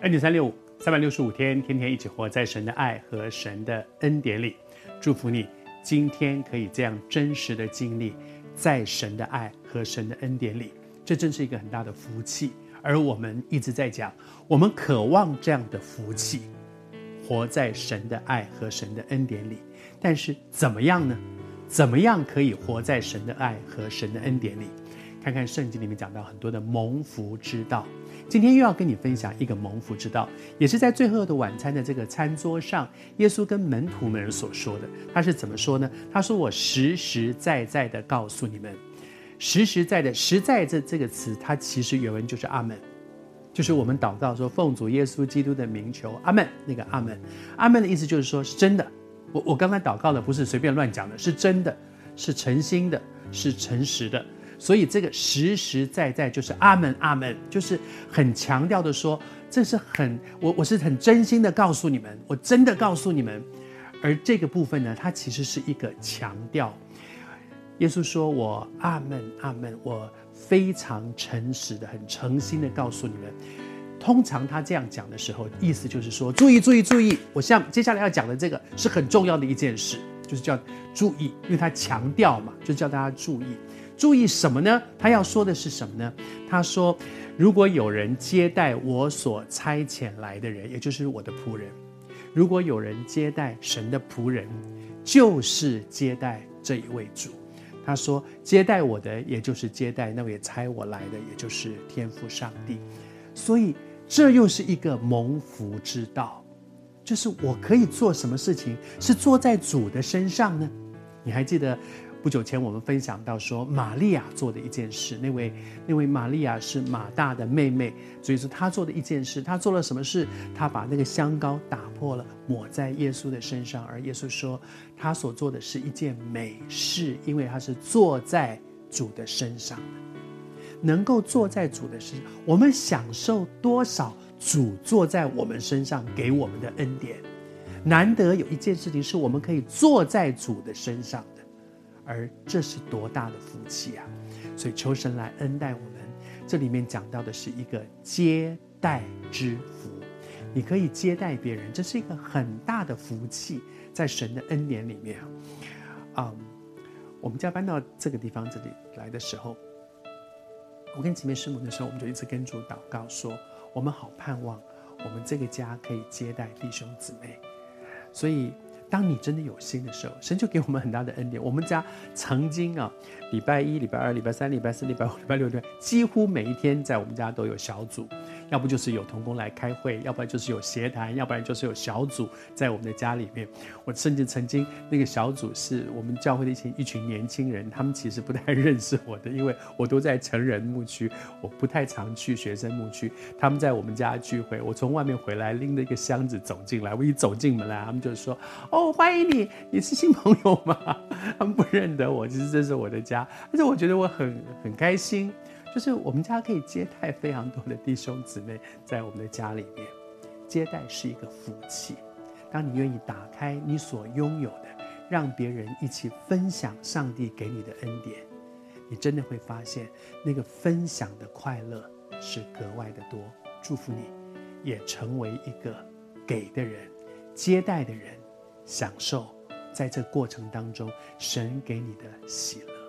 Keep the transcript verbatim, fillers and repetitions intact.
恩典三六五，三百六十五天，天天一起活在神的爱和神的恩典里。祝福你今天可以这样真实的经历在神的爱和神的恩典里，这真是一个很大的福气。而我们一直在讲，我们渴望这样的福气，活在神的爱和神的恩典里。但是怎么样呢？怎么样可以活在神的爱和神的恩典里？看看圣经里面讲到很多的蒙福之道。今天又要跟你分享一个蒙福之道，也是在最后的晚餐的这个餐桌上，耶稣跟门徒们所说的。他是怎么说呢？他说：我实实在在的告诉你们，实实在的，实在这这个词，它其实原文就是阿门，就是我们祷告说奉主耶稣基督的名求，阿门。那个阿门，阿门的意思就是说是真的。我我刚才祷告的不是随便乱讲的，是真的，是诚心的，是诚实的。所以这个实实在在就是阿门阿门，就是很强调的说，这是很我我是很真心的告诉你们，我真的告诉你们。而这个部分呢，它其实是一个强调。耶稣说：我阿门阿门，我非常诚实的、很诚心的告诉你们。通常他这样讲的时候，意思就是说，注意注意注意，我像接下来要讲的这个是很重要的一件事，就是叫注意，因为他强调嘛，就叫大家注意。注意什么呢？他要说的是什么呢？他说，如果有人接待我所差遣来的人，也就是我的仆人，如果有人接待神的仆人，就是接待这一位主。他说，接待我的，也就是接待那位差我来的，也就是天父上帝。所以这又是一个蒙福之道，就是我可以做什么事情是做在主的身上呢？你还记得不久前我们分享到说，玛利亚做的一件事，那位那位玛利亚是马大的妹妹，所以说她做的一件事，她做了什么事？她把那个香膏打破了，抹在耶稣的身上，而耶稣说，她所做的是一件美事，因为她是坐在主的身上的。能够坐在主的身上，我们享受多少主坐在我们身上给我们的恩典？难得有一件事情是我们可以坐在主的身上的，而这是多大的福气啊！所以求神来恩待我们。这里面讲到的是一个接待之福，你可以接待别人，这是一个很大的福气，在神的恩典里面啊、嗯。我们家搬到这个地方这里来的时候，我跟姐妹师母的时候，我们就一直跟主祷告说，我们好盼望我们这个家可以接待弟兄姊妹。所以当你真的有心的时候，神就给我们很大的恩典。我们家曾经啊，礼拜一、礼拜二、礼拜三、礼拜四、礼拜五、礼拜六、礼拜几乎每一天在我们家都有小组，要不就是有同工来开会，要不然就是有协谈，要不然就是有小组在我们的家里面。我甚至曾经那个小组是我们教会的一群一群年轻人，他们其实不太认识我的，因为我都在成人牧区，我不太常去学生牧区。他们在我们家聚会，我从外面回来拎着一个箱子走进来，我一走进门来，他们就说：哦，欢迎你，你是新朋友吗？他们不认得我，其实这是我的家，但是我觉得我很很开心，就是我们家可以接待非常多的弟兄姊妹在我们的家里面。接待是一个福气，当你愿意打开你所拥有的，让别人一起分享上帝给你的恩典，你真的会发现那个分享的快乐是格外的多。祝福你也成为一个给的人，接待的人，享受在这过程当中神给你的喜乐。